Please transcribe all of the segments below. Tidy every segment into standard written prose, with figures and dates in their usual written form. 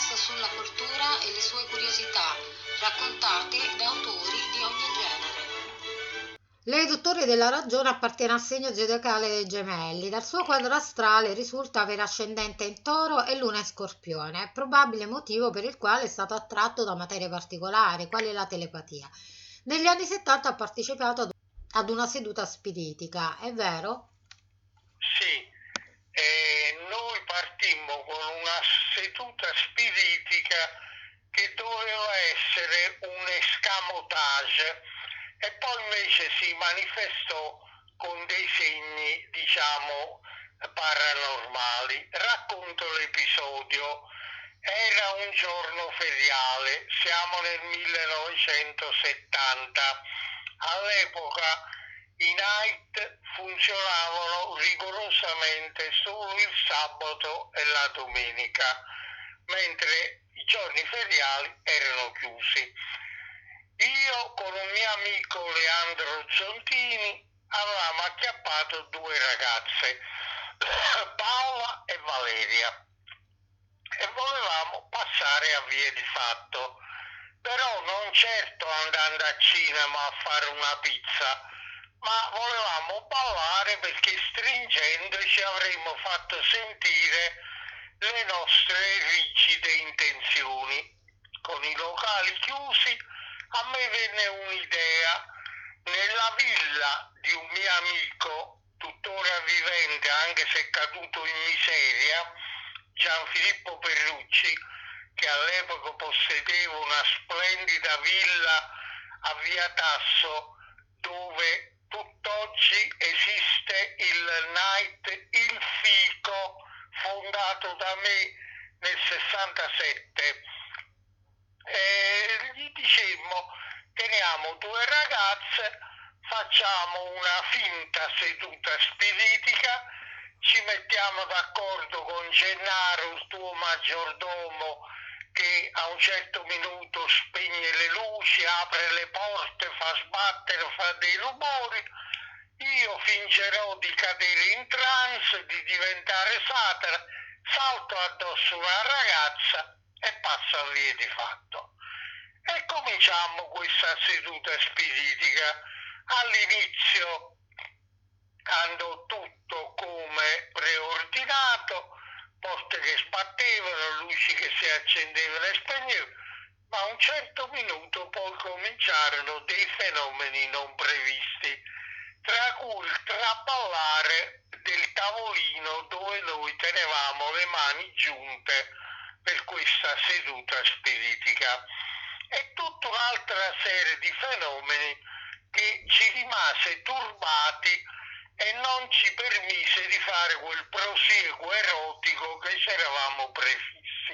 podcast sulla cultura e le sue curiosità, raccontate da autori di ogni genere. L'eduttore della ragione appartiene al segno zodiacale dei Gemelli. Dal suo quadro astrale risulta avere ascendente in Toro e Luna in Scorpione, probabile motivo per il quale è stato attratto da materie particolari, quali la telepatia. Negli anni 70 ha partecipato ad una seduta spiritica, è vero? Sì, noi partimmo con una seduta spiritica che doveva essere un escamotage e poi invece si manifestò con dei segni, diciamo, paranormali. Racconto l'episodio. Era un giorno feriale, siamo nel 1970. All'epoca i night funzionavano rigorosamente solo il sabato e la domenica, mentre i giorni feriali erano chiusi. Io con un mio amico Leandro Zontini avevamo acchiappato due ragazze, Paola e Valeria, e volevamo passare a Via di Fatto, però non certo andando a cinema a fare una pizza, ma volevamo ballare perché stringendoci avremmo fatto sentire le nostre rigide intenzioni. Con i locali chiusi a me venne un'idea. Nella villa di un mio amico, tuttora vivente anche se caduto in miseria, Gianfilippo Perrucci, che all'epoca possedeva una splendida villa a Via Tasso, dove tutt'oggi esiste il night Il Fico, fondato da me nel 67. E gli dicemmo: teniamo due ragazze, facciamo una finta seduta spiritica, ci mettiamo d'accordo con Gennaro, il tuo maggiordomo, che a un certo minuto spegne le luci, apre le porte, fa sbattere, fa dei rumori. Io fingerò di cadere in trance, di diventare Satana, salto addosso una ragazza e passo a Via di Fatto. E cominciamo questa seduta spiritica. All'inizio andò tutto come preordinato, porte che sbattevano, luci che si accendevano e spegnevano, ma a un certo minuto poi cominciarono dei fenomeni non previsti, tra cui il traballare del tavolino dove noi tenevamo le mani giunte per questa seduta spiritica, e tutta un'altra serie di fenomeni che ci rimase turbati e non ci permise di fare quel prosieguo erotico che ci eravamo prefissi.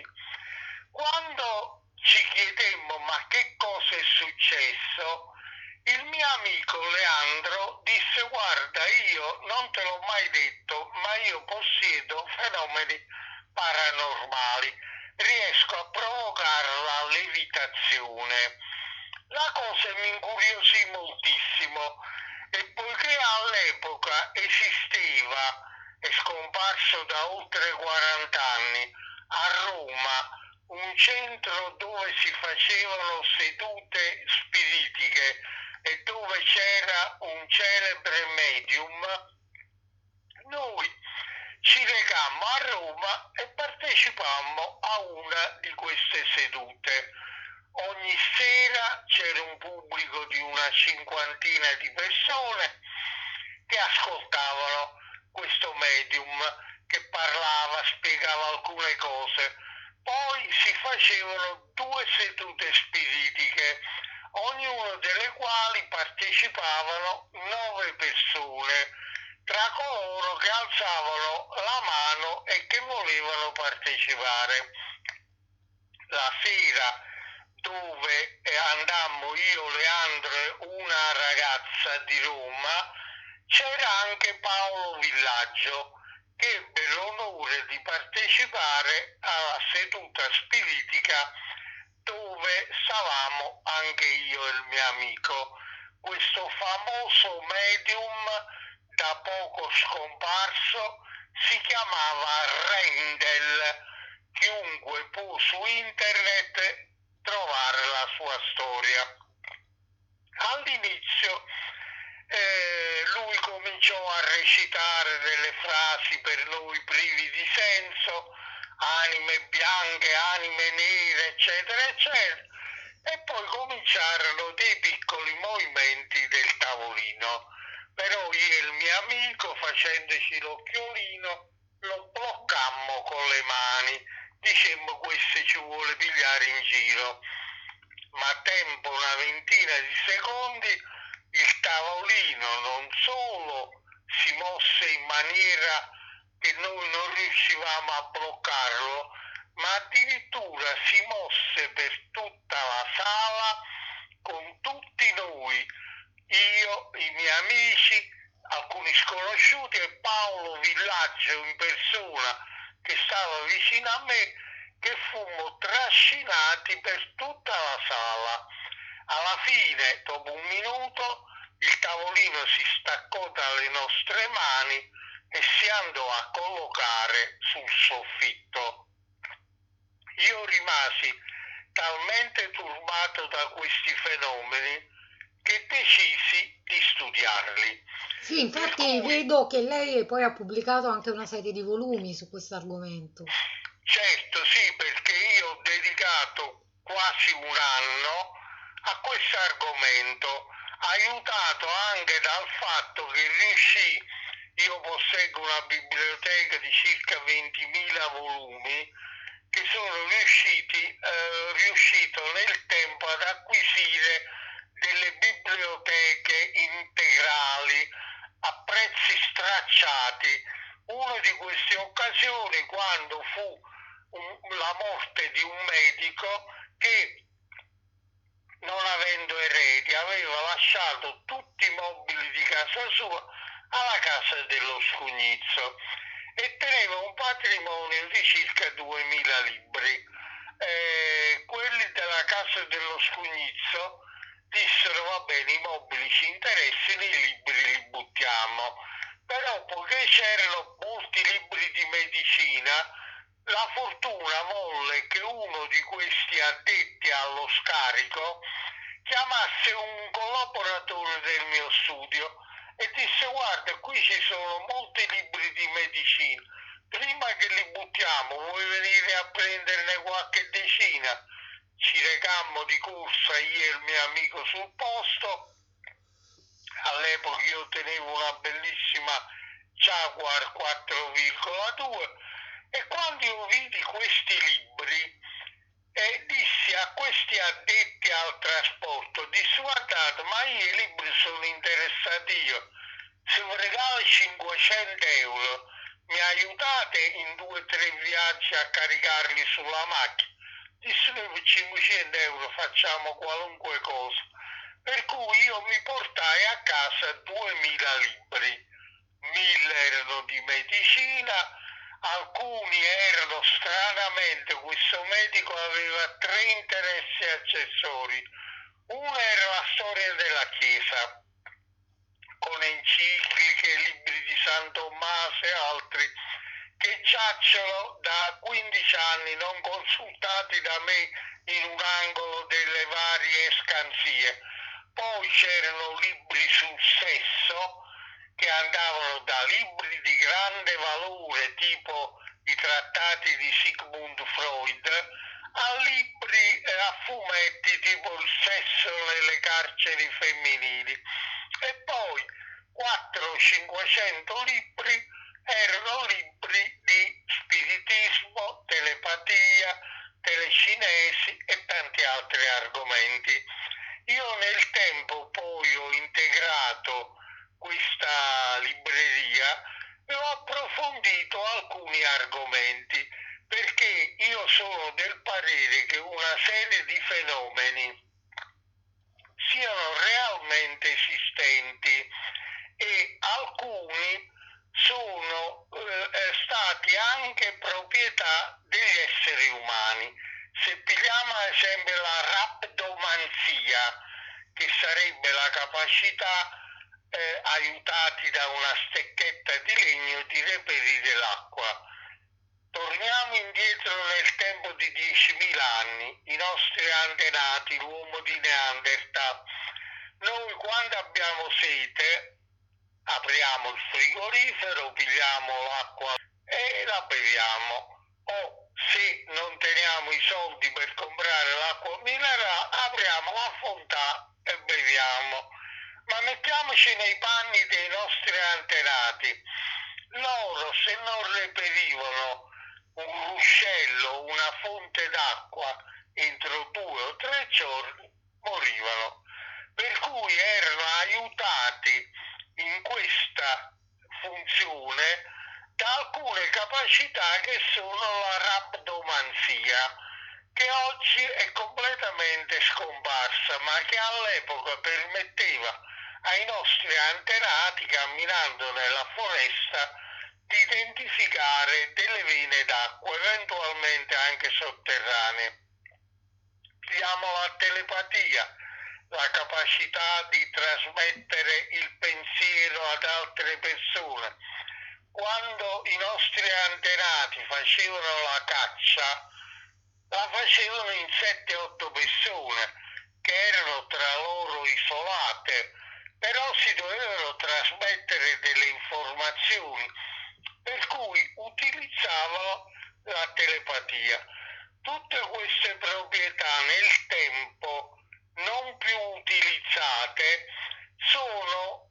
Quando ci chiedemmo ma che cosa è successo, il mio amico Leandro disse: guarda, io non te l'ho mai detto, ma io possiedo fenomeni paranormali, riesco a provocare la levitazione. La cosa mi incuriosì moltissimo, e poiché all'epoca esisteva, è scomparso da oltre 40 anni, a Roma un centro dove si facevano sedute spiritiche e dove c'era un celebre medium, noi ci recammo a Roma e partecipammo a una di queste sedute. Ogni sera c'era un pubblico di una cinquantina di persone che ascoltavano questo medium che parlava, spiegava alcune cose. Poi si facevano due sedute spiritiche, ognuna delle quali partecipavano 9 persone, tra coloro che alzavano la mano e che volevano partecipare. La sera dove andammo io, Leandro e una ragazza di Roma, c'era anche Paolo Villaggio, che ebbe l'onore di partecipare alla seduta spiritica dove stavamo anche io e il mio amico. Questo famoso medium da poco scomparso si chiamava Rendel, che chiunque può su internet trovare la sua storia. All'inizio lui cominciò a recitare delle frasi per noi privi di senso, anime bianche, anime nere, eccetera, eccetera, e poi cominciarono dei piccoli movimenti del tavolino. Però io e il mio amico, facendoci l'occhiolino, lo bloccammo con le mani, dicemmo questo ci vuole pigliare in giro. Ma a tempo una ventina di secondi il tavolino non solo si mosse in maniera che noi non riuscivamo a bloccarlo, ma addirittura si mosse per tutta la sala con tutti noi, io, i miei amici, alcuni sconosciuti e Paolo Villaggio in persona che stava vicino a me, che fummo trascinati per tutta la sala. Alla fine, dopo un minuto, il tavolino si staccò dalle nostre mani e si andò a collocare sul soffitto. Io rimasi talmente turbato da questi fenomeni che decisi di studiarli. Sì, infatti vedo che lei poi ha pubblicato anche una serie di volumi su questo argomento. Certo, sì, perché io ho dedicato quasi un anno a questo argomento, aiutato anche dal fatto che io posseggo una biblioteca di circa 20.000 volumi che sono riuscito nel tempo ad acquisire delle biblioteche integrali a prezzi stracciati. Una di queste occasioni quando fu la morte di un medico che, non avendo eredi, aveva lasciato tutti i mobili di casa sua alla casa dello Scugnizzo e teneva un patrimonio di circa 2.000 libri. Quelli della casa dello Scugnizzo dissero va bene, i mobili ci interessano, i libri li buttiamo, però poiché c'erano molti libri di medicina, la fortuna volle che uno di questi addetti allo scarico chiamasse un collaboratore del mio studio e disse guarda, qui ci sono molti libri di medicina, prima che li buttiamo vuoi venire a prenderne qualche decina? Ci recammo di corsa io e il mio amico sul posto. All'epoca io tenevo una bellissima Jaguar 4,2 e quando io vidi questi libri dissi a questi addetti al trasporto, dissi guardate, ma io i libri sono interessato io, se vi regalo 500 euro mi aiutate in 2 o 3 viaggi a caricarli sulla macchina? Dissi noi per 500 euro facciamo qualunque cosa, per cui io mi portai a casa 2.000 libri, 1.000 erano di medicina, alcuni erano stranamente, questo medico aveva 3 interessi accessori. Uno era la storia della Chiesa, con encicliche, libri di San Tommaso e altri, che giacciono da 15 anni non consultati da me in un angolo delle varie scansie. Poi c'erano libri sul sesso, che andavano da libri di grande valore tipo i trattati di Sigmund Freud a libri a fumetti tipo il sesso nelle carceri femminili e poi 400-500 libri erano libri di spiritismo, telepatia, telecinesi e tanti altri argomenti. Io nel tempo poi ho integrato questa libreria e ho approfondito alcuni argomenti perché io sono del parere che una serie di fenomeni siano realmente esistenti e alcuni sono stati anche proprietà degli esseri umani. Se pigliamo ad esempio la raptomanzia, che sarebbe la capacità aiutati da una stecchetta di legno di reperire l'acqua. Torniamo indietro nel tempo di 10.000 anni, i nostri antenati, l'uomo di Neanderthal. Noi quando abbiamo sete apriamo il frigorifero, pigliamo l'acqua e la beviamo. O se non teniamo i soldi per comprare l'acqua minerale, apriamo la fontana e beviamo. Ma mettiamoci nei panni dei nostri antenati. Loro, se non reperivano un ruscello, una fonte d'acqua entro 2 o 3 giorni, morivano. Per cui erano aiutati in questa funzione da alcune capacità che sono la rabdomanzia, che oggi è completamente scomparsa, ma che all'epoca permetteva ai nostri antenati, camminando nella foresta, di identificare delle vene d'acqua, eventualmente anche sotterranee. Diamo la telepatia, la capacità di trasmettere il pensiero ad altre persone. Quando i nostri antenati facevano la caccia, la facevano in 7-8 persone che erano tra loro isolate, però si dovevano trasmettere delle informazioni, per cui utilizzavano la telepatia. Tutte queste proprietà nel tempo non più utilizzate sono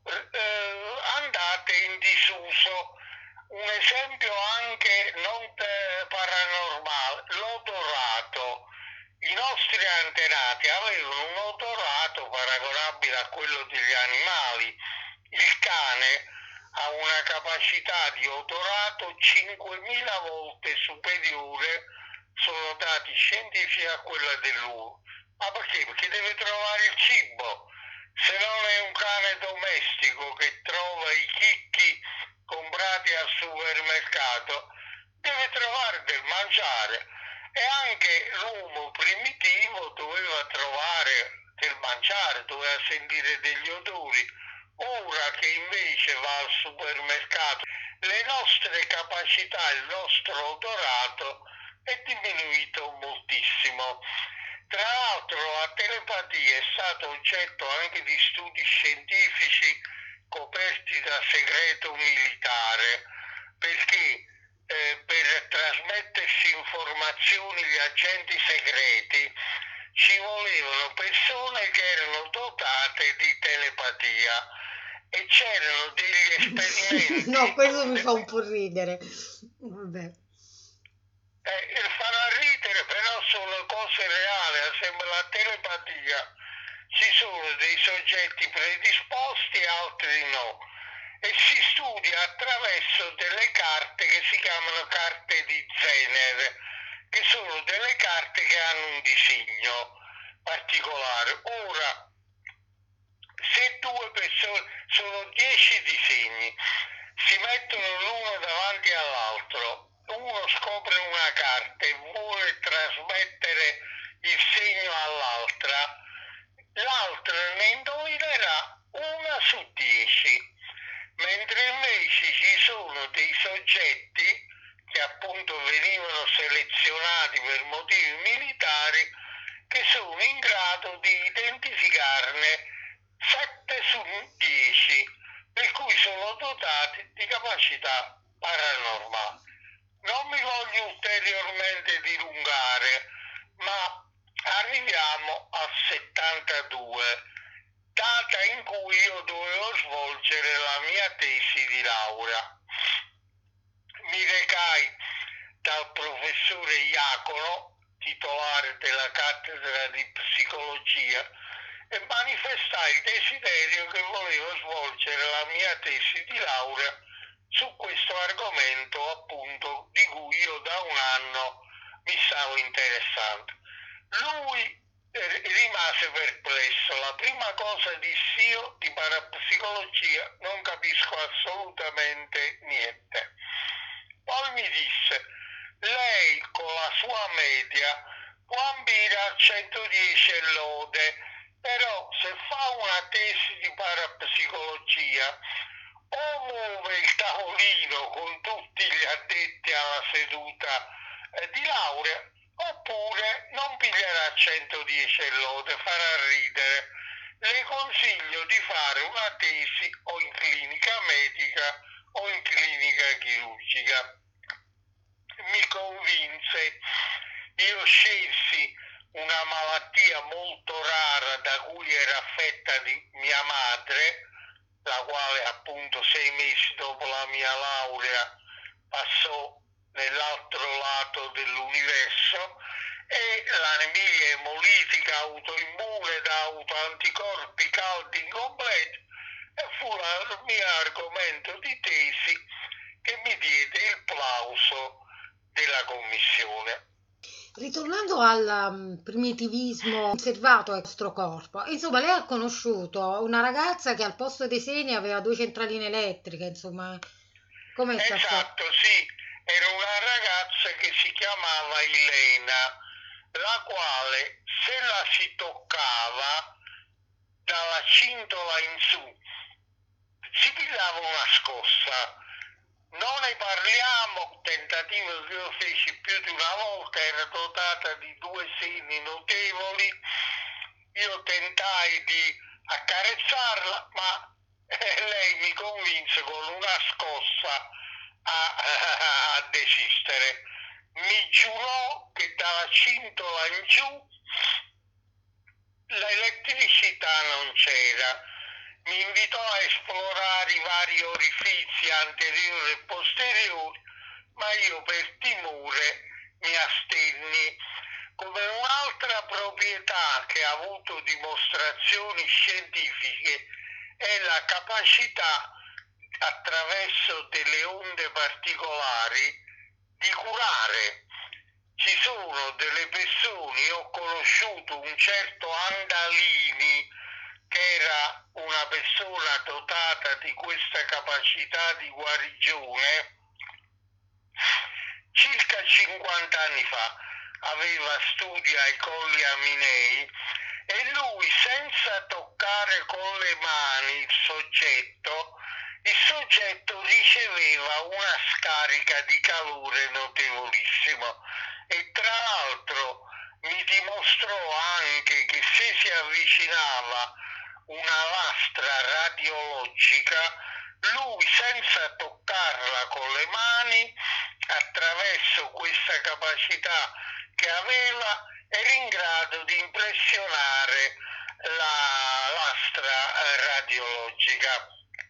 andate in disuso. Un esempio anche non paranormale, l'odorato. I nostri antenati avevano un odorato paragonabile a quello degli animali. Il cane ha una capacità di odorato 5.000 volte superiore, sono dati scientifici, a quella dell'uomo. Ma perché? Perché deve trovare il cibo. Se non è un cane domestico che trova i chicchi comprati al supermercato, deve trovare del mangiare. E anche l'uomo primitivo doveva trovare del mangiare, doveva sentire degli odori. Ora che invece va al supermercato, le nostre capacità, il nostro odorato è diminuito moltissimo. Tra l'altro la telepatia è stato oggetto anche di studi scientifici coperti da segreto militare, perché per trasmettersi informazioni di agenti segreti ci volevano persone che erano dotate di telepatia e c'erano degli esperimenti. No, questo mi fa un po' ridere. Vabbè. Farà ridere, però sono cose reali, sembra la telepatia. Ci sono dei soggetti predisposti e altri no. E si studia attraverso delle carte che si chiamano carte di Zener, che sono delle carte che hanno un disegno particolare. Ora, se 2 persone, sono 10 disegni, si mettono l'uno davanti all'altro, uno scopre una carta e vuole trasmettere il segno all'altra, l'altra ne indovinerà 1 su 10, mentre invece ci sono dei soggetti che appunto venivano selezionati per motivi militari, che sono in grado di identificarne 7 su 10, per cui sono dotati di capacità paranormali. Non mi voglio ulteriormente dilungare, ma arriviamo al 72, data in cui io dovevo svolgere la mia tesi di laurea. Mi recai dal professore Iacono, titolare della cattedra di psicologia, e manifestai il desiderio che volevo svolgere la mia tesi di laurea su questo argomento, appunto, di cui io da un anno mi stavo interessando. Lui rimase perplesso. La prima cosa dissi io: di parapsicologia non capisco assolutamente niente. Poi mi disse: lei con la sua media può ambire a 110 e lode, però se fa una tesi di parapsicologia o muove il tavolino con tutti gli addetti alla seduta di laurea, oppure non piglierà 110 e lode, farà ridere. Le consiglio di fare una tesi o in clinica medica o in clinica chirurgica. Mi convinse, io scelsi una malattia molto rara da cui era affetta di mia madre, la quale appunto 6 mesi dopo la mia laurea passò nell'altro lato dell'universo, e l'anemia emolitica autoimmune da autoanticorpi caldi incompleti, e fu il mio argomento di tesi che mi diede il plauso della commissione. Ritornando al primitivismo conservato al nostro corpo, insomma, lei ha conosciuto una ragazza che al posto dei seni aveva 2 centraline elettriche, insomma, com'è sta storia? Esatto, sì, era una ragazza che si chiamava Elena, la quale se la si toccava dalla cintola in su si pigliava una scossa. Non ne parliamo, tentativo che io feci più di una volta, era dotata di 2 seni notevoli, io tentai di accarezzarla, ma lei mi convinse con una scossa a desistere. Mi giurò che dalla cintola in giù l'elettricità non c'era. Mi invitò a esplorare i vari orifizi anteriori e posteriori, ma io per timore mi astenni. Come un'altra proprietà che ha avuto dimostrazioni scientifiche è la capacità, attraverso delle onde particolari, di curare. Ci sono delle persone, io ho conosciuto un certo Andalini, che era una persona dotata di questa capacità di guarigione, circa 50 anni fa, aveva studi ai Colli Aminei, e lui, senza toccare con le mani il soggetto riceveva una scarica di calore notevolissimo, e tra l'altro mi dimostrò anche che se si avvicinava una lastra radiologica, lui, senza toccarla con le mani, attraverso questa capacità che aveva, era in grado di impressionare la lastra radiologica.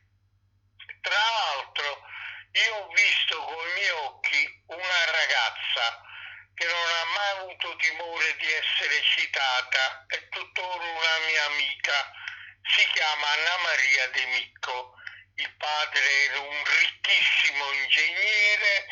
Tra l'altro, io ho visto con i miei occhi una ragazza che non ha mai avuto timore di essere citata, è tuttora una mia amica, si chiama Anna Maria De Micco. Il padre era un ricchissimo ingegnere,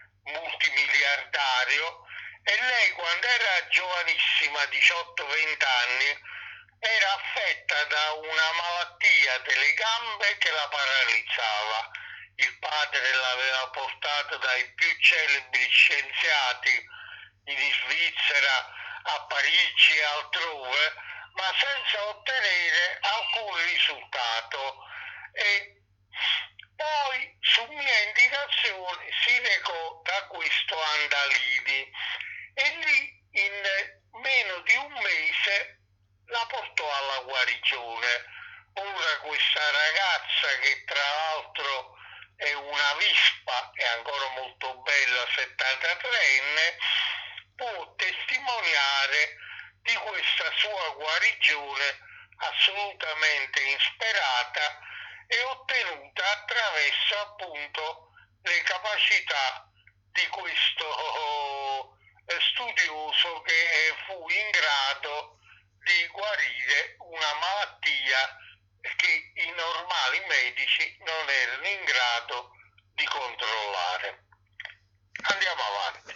multimiliardario, e lei, quando era giovanissima, 18-20 anni, era affetta da una malattia delle gambe che la paralizzava. Il padre l'aveva portata dai più celebri scienziati in Svizzera, a Parigi e altrove, ma senza ottenere alcun risultato. E poi, su mia indicazione, si recò da questo Andalini, e lì in meno di un mese la portò alla guarigione. Ora questa ragazza, che tra l'altro è una vispa, è ancora molto bella, 73enne, può testimoniare di questa sua guarigione assolutamente insperata e ottenuta attraverso appunto le capacità di questo studioso, che fu in grado di guarire una malattia che i normali medici non erano in grado di controllare. Andiamo avanti.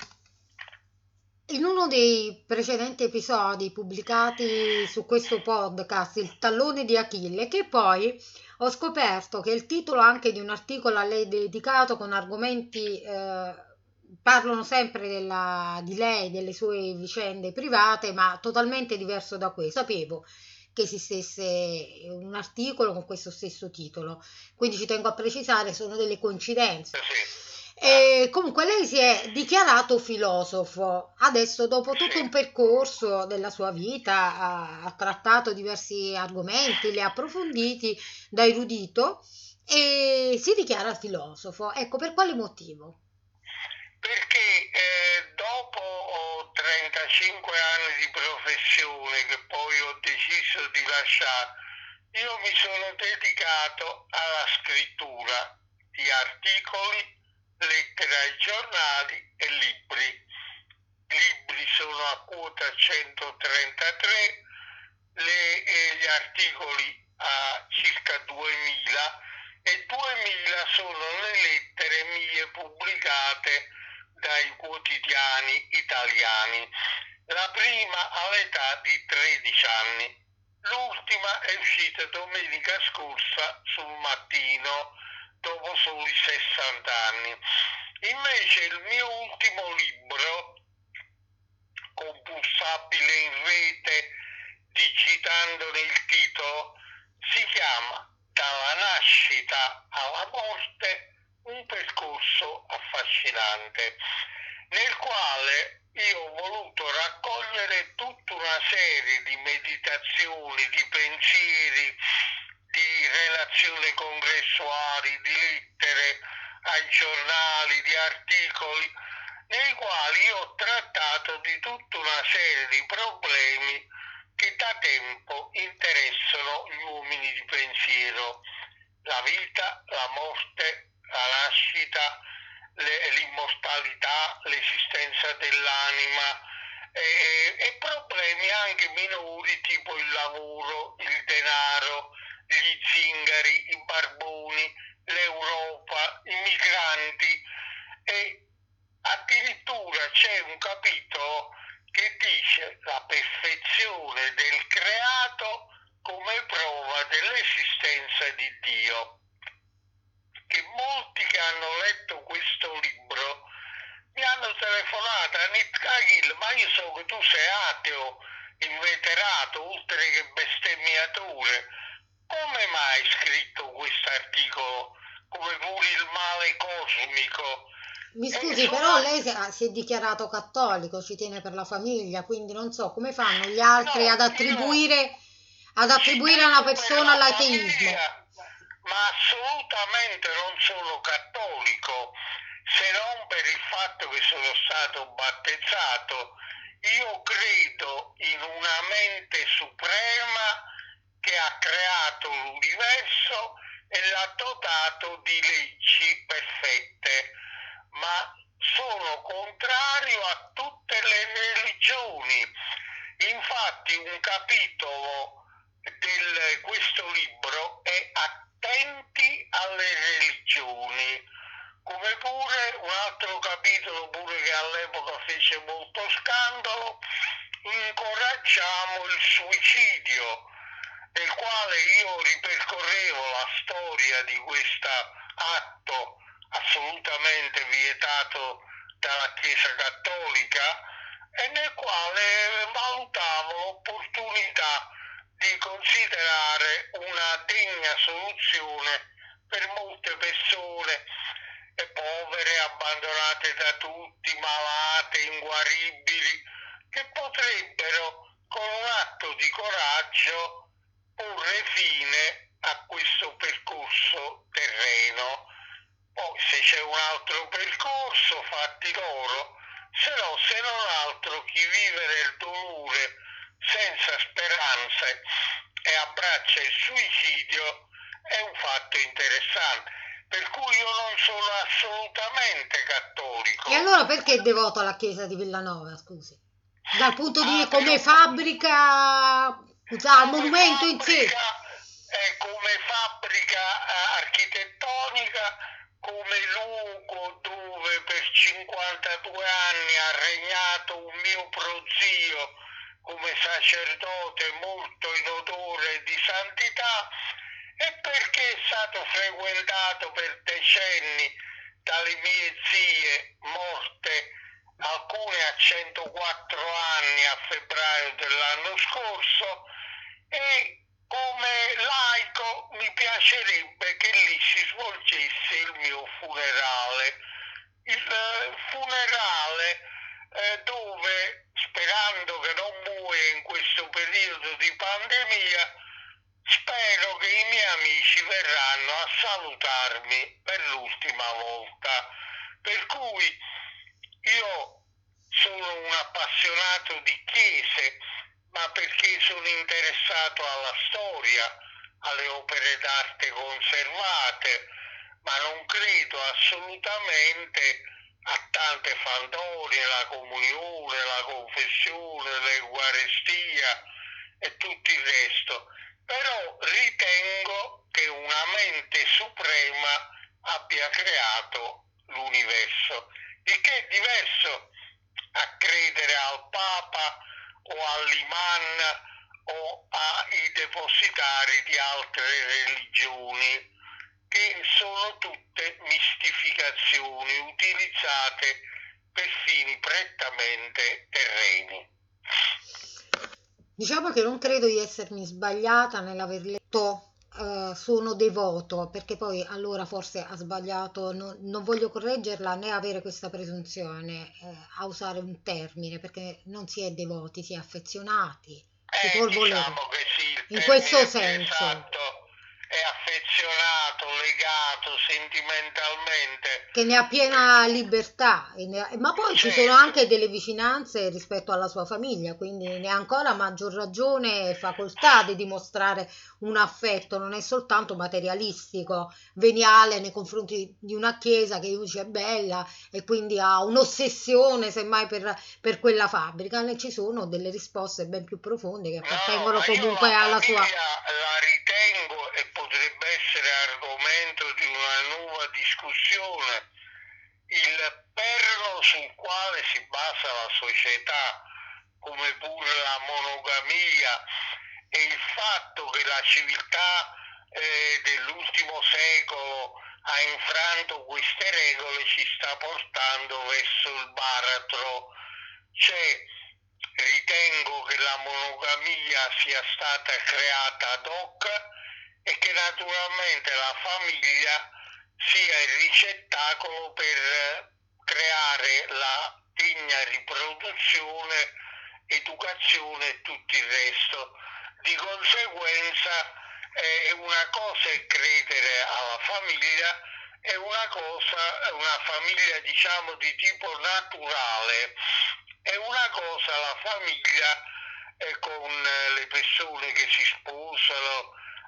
In uno dei precedenti episodi pubblicati su questo podcast, Il tallone di Achille, che poi ho scoperto che è il titolo anche di un articolo a lei dedicato, con argomenti parlano sempre di lei, delle sue vicende private, ma totalmente diverso da questo. Sapevo che esistesse un articolo con questo stesso titolo, quindi ci tengo a precisare, sono delle coincidenze. Sì. E comunque lei si è dichiarato filosofo. Adesso, dopo tutto un Sì. percorso della sua vita, ha trattato diversi argomenti, li ha approfonditi da erudito e si dichiara filosofo. Ecco, per quale motivo? Perché dopo 35 anni di professione che poi ho deciso di lasciare, io mi sono dedicato alla scrittura di articoli, lettere ai giornali e libri. I libri sono a quota 133, gli articoli a circa 2000 e 2000 sono le lettere mie pubblicate dai quotidiani italiani. La prima all'età di 13 anni, l'ultima è uscita domenica scorsa sul Mattino, dopo soli 60 anni. Invece il mio ultimo libro, compulsabile in rete, digitandone il titolo, si chiama Dalla nascita alla morte, un percorso affascinante, nel quale io ho voluto raccogliere tutta una serie di meditazioni, di pensieri, di relazioni congressuali, di lettere ai giornali, di articoli, nei quali io ho trattato di tutta una serie di problemi che da tempo interessano gli uomini di pensiero: la vita, la morte, la nascita, l'immortalità, l'esistenza dell'anima e problemi anche minori tipo il lavoro, il denaro, gli zingari, i barboni, l'Europa, i migranti, e addirittura c'è un capitolo che dice la perfezione del creato come prova dell'esistenza di Dio. Che molti che hanno letto questo libro mi hanno telefonato: Anit Kagil, ma io so che tu sei ateo, inveterato, oltre che bestemmiatore, come mai hai scritto questo articolo, come pure il male cosmico? Mi scusi, però lei si è dichiarato cattolico, ci tiene per la famiglia, quindi non so come fanno gli altri No, ad io attribuire a una tengo per persona la l'ateismo. famiglia, ma assolutamente non sono cattolico, se non per il fatto che sono stato battezzato. Io credo in una mente suprema che ha creato l'universo e l'ha dotato di leggi perfette, ma sono contrario a tutte le religioni. Infatti un capitolo di questo libro è Attenti alle religioni, come pure un altro capitolo pure che all'epoca fece molto scandalo, Incoraggiamo il suicidio, nel quale io ripercorrevo la storia di questo atto assolutamente vietato dalla Chiesa Cattolica e nel quale valutavo l'opportunità di considerare una degna soluzione per molte persone povere, abbandonate da tutti, malate, inguaribili, che potrebbero con un atto di coraggio porre fine a questo percorso terreno. Poi se c'è un altro percorso, fatti loro, se no, se non altro, chi vive nel dolore senza speranze e abbraccia il suicidio è un fatto interessante. Per cui io non sono assolutamente cattolico. E allora perché è devoto alla chiesa di Villanova, scusi? Dal punto di vista come Per fabbrica, al monumento in sé. come fabbrica architettonica, come luogo dove per 52 anni ha regnato un mio prozio come sacerdote molto in odore di santità, e perché è stato frequentato per decenni dalle mie zie morte, alcune a 104 anni a febbraio dell'anno scorso, e come laico mi piacerebbe che lì si svolgesse il mio funerale. Il funerale dove, sperando che non muoia in questo periodo di pandemia, spero che i miei amici verranno a salutarmi per l'ultima volta. Per cui io sono un appassionato di chiese, ma perché sono interessato alla storia, alle opere d'arte conservate, ma non credo assolutamente a tante fandonie, la comunione, la confessione, l'eucaristia e tutto il resto. Però ritengo che una mente suprema abbia creato l'universo, il che è diverso a credere al Papa o all'imam o ai depositari di altre religioni, che sono tutte mistificazioni utilizzate per fini prettamente terreni. Diciamo che non credo di essermi sbagliata nell'aver letto sono devoto, perché poi allora forse ha sbagliato, non voglio correggerla né avere questa presunzione a usare un termine, perché non si è devoti, si è affezionati, si può volere. Diciamo che sì, il In questo termine più senso. esatto è affezionato, legato sentimentalmente. Che ne ha piena libertà, ma poi ci sono Certo. anche delle vicinanze rispetto alla sua famiglia, quindi ne ha ancora maggior ragione e facoltà di dimostrare un affetto, non è soltanto materialistico, veniale nei confronti di una chiesa che dice è bella e quindi ha un'ossessione semmai per quella fabbrica. Ne ci sono delle risposte ben più profonde che appartengono ma comunque io la alla sua... famiglia la ritengo, e potrebbe essere argomento di una nuova discussione, il perno sul quale si basa la società, come pure la monogamia, e il fatto che la civiltà dell'ultimo secolo ha infranto queste regole ci sta portando verso il baratro. Cioè, ritengo che la monogamia sia stata creata ad hoc e che naturalmente la famiglia sia il ricettacolo per creare la degna riproduzione, educazione e tutto il resto. Di conseguenza una cosa è credere alla famiglia e una cosa, una famiglia diciamo di tipo naturale, e una cosa la famiglia con le persone che si sposano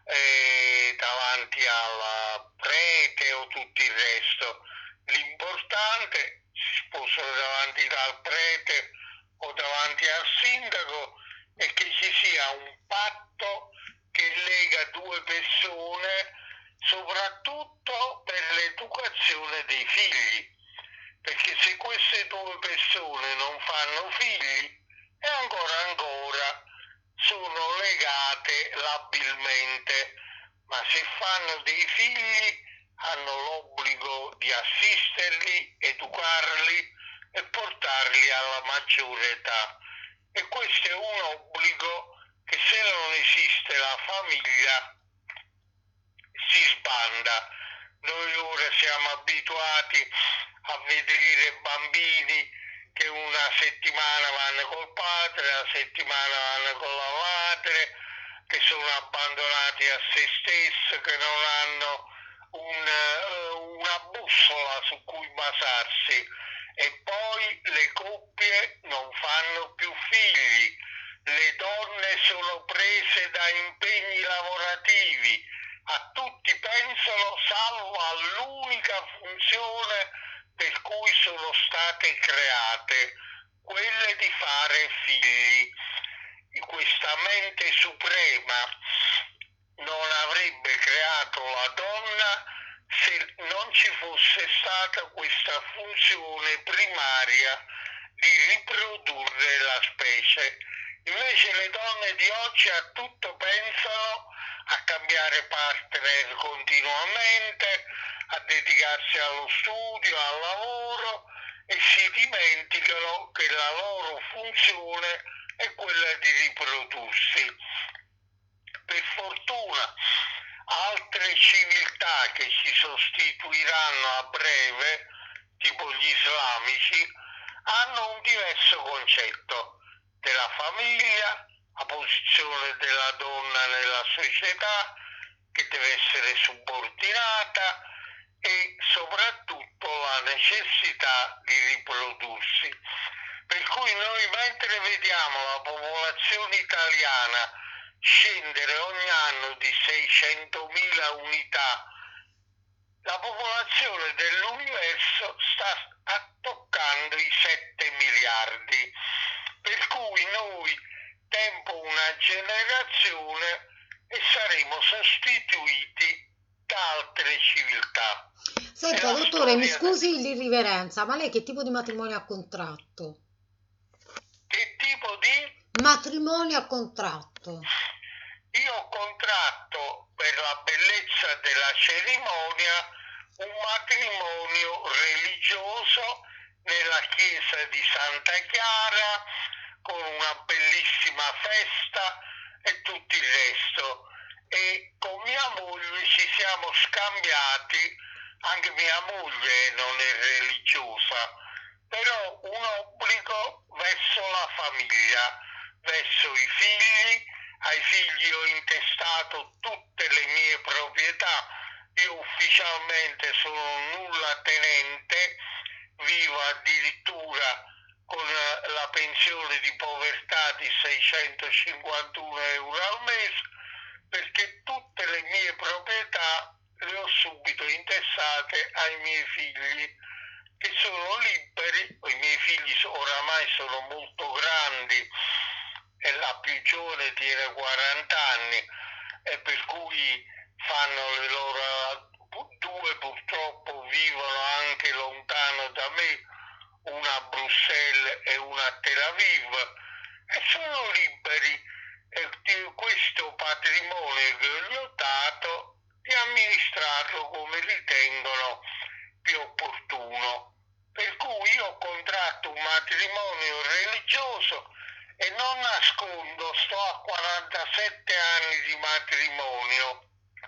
davanti al prete o tutto il resto. L'importante, si sposano davanti al prete o davanti al sindaco, è che ci sia un patto che lega due persone, soprattutto per l'educazione dei figli, perché se queste due persone non fanno figli e ancora sono legate labilmente, ma se fanno dei figli hanno l'obbligo di assisterli, educarli e portarli alla maggiore età. E questo è un obbligo che, se non esiste la famiglia, si sbanda. Noi ora siamo abituati a vedere bambini che una settimana vanno col padre, la settimana vanno con la madre, che sono abbandonati a se stessi, che non hanno una bussola su cui basarsi, e poi le coppie non fanno più figli, le donne sono prese da impegni lavorativi, a tutti pensano salvo all'unica funzione per cui sono state create, quelle di fare figli. Questa mente suprema non avrebbe creato la donna se non ci fosse stata questa funzione primaria di riprodurre la specie. Invece le donne di oggi a tutto pensano, a cambiare partner continuamente, a dedicarsi allo studio, al lavoro, e si dimenticano che la loro funzione è quella di riprodursi. Per fortuna altre civiltà che si sostituiranno a breve, tipo gli islamici, hanno un diverso concetto della famiglia, la posizione della donna nella società, che deve essere subordinata, e soprattutto la necessità di riprodursi. Per cui noi, mentre vediamo la popolazione italiana scendere ogni anno di 600.000 unità, la popolazione dell'universo sta toccando i 7 miliardi, per cui noi tempo una generazione e saremo sostituiti da altre civiltà. Senta, dottore, mi scusi l'irriverenza, ma lei che tipo di matrimonio ha contratto? Che tipo di matrimonio ha contratto? Io ho contratto, per la bellezza della cerimonia, un matrimonio religioso nella chiesa di Santa Chiara, con una bellissima festa e tutto il resto. E con mia moglie ci siamo scambiati, anche mia moglie non è religiosa, però un obbligo verso la famiglia, verso i figli. Ai figli ho intestato tutte le mie proprietà. Io ufficialmente sono nullatenente, vivo addirittura con la pensione di povertà di 651 euro al mese, perché tutte le mie proprietà le ho subito intestate ai miei figli, che sono liberi. I miei figli oramai sono molto grandi e la più giovane tiene 40 anni, e per cui fanno le loro. Due purtroppo vivono anche lontano da me, una a Bruxelles e una a Tel Aviv, e sono liberi, e questo patrimonio che gli ho dato di amministrarlo come ritengono più opportuno. Per cui io ho contratto un matrimonio religioso e non nascondo, sto a 47 anni di matrimonio,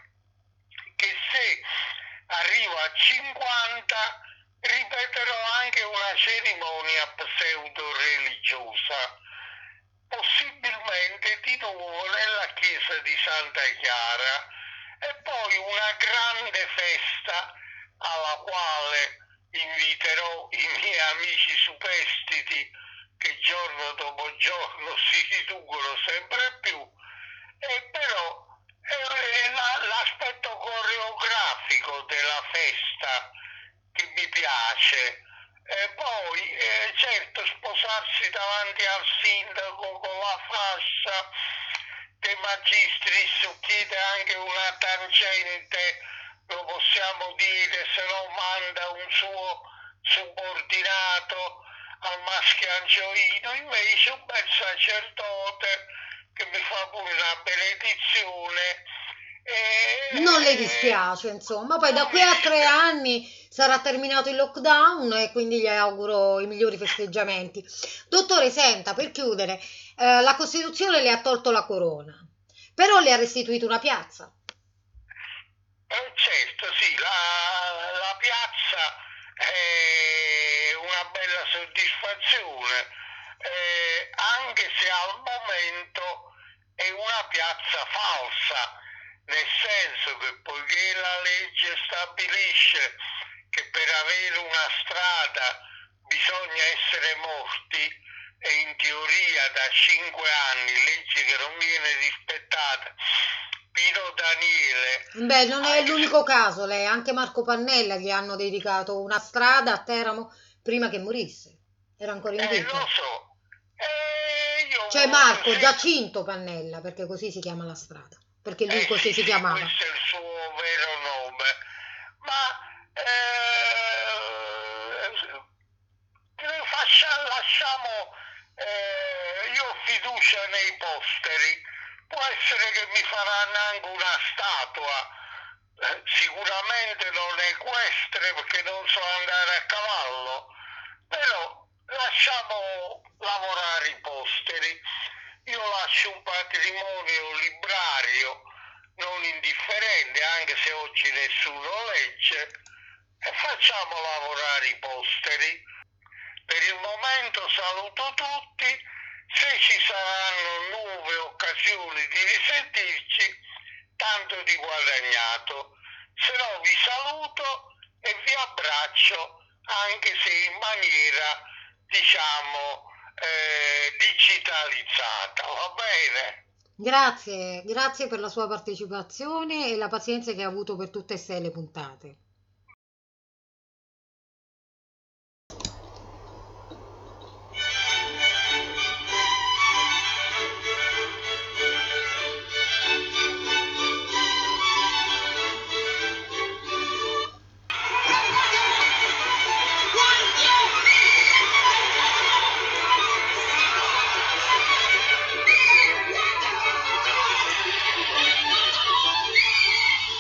che se arrivo a 50 ripeterò anche una cerimonia pseudo-religiosa, possibilmente di nuovo nella chiesa di Santa Chiara, e poi una grande festa alla quale inviterò i miei amici superstiti, che giorno dopo giorno si riducono sempre più, e però l'aspetto coreografico della festa che mi piace. E poi certo, sposarsi davanti al sindaco con la fascia De Magistris chiede anche una tangente, lo possiamo dire, se no manda un suo subordinato al maschiangioino. Invece un bel sacerdote che mi fa pure una benedizione. Non le dispiace, insomma. Poi da qui a 3 anni sarà terminato il lockdown e quindi gli auguro i migliori festeggiamenti. Dottore, senta, per chiudere, la Costituzione le ha tolto la corona, però le ha restituito una piazza. Certo, sì, la piazza è una bella soddisfazione, anche se al momento è una piazza falsa, nel senso che poiché la legge stabilisce che per avere una strada bisogna essere morti, e in teoria da 5 anni, legge che non viene rispettata, Pino Daniele. Beh, non è l'unico caso, lei, anche Marco Pannella gli hanno dedicato una strada a Teramo prima che morisse, era ancora in vita. Lo so. Cioè Marco Giacinto Pannella, perché così si chiama la strada, perché lui così si chiamava. Questo è il suo vero nome, ma lasciamo, io ho fiducia nei posteri, può essere che mi faranno anche una statua, sicuramente non equestre perché non so andare a cavallo, però lasciamo lavorare i posteri. Io la lascio un patrimonio librario non indifferente, anche se oggi nessuno legge, e facciamo lavorare i posteri. Per il momento saluto tutti, se ci saranno nuove occasioni di risentirci, tanto di guadagnato. Se no vi saluto e vi abbraccio, anche se in maniera, diciamo, digitalizzata, va bene? Grazie, grazie per la sua partecipazione e la pazienza che ha avuto per tutte e sei le puntate.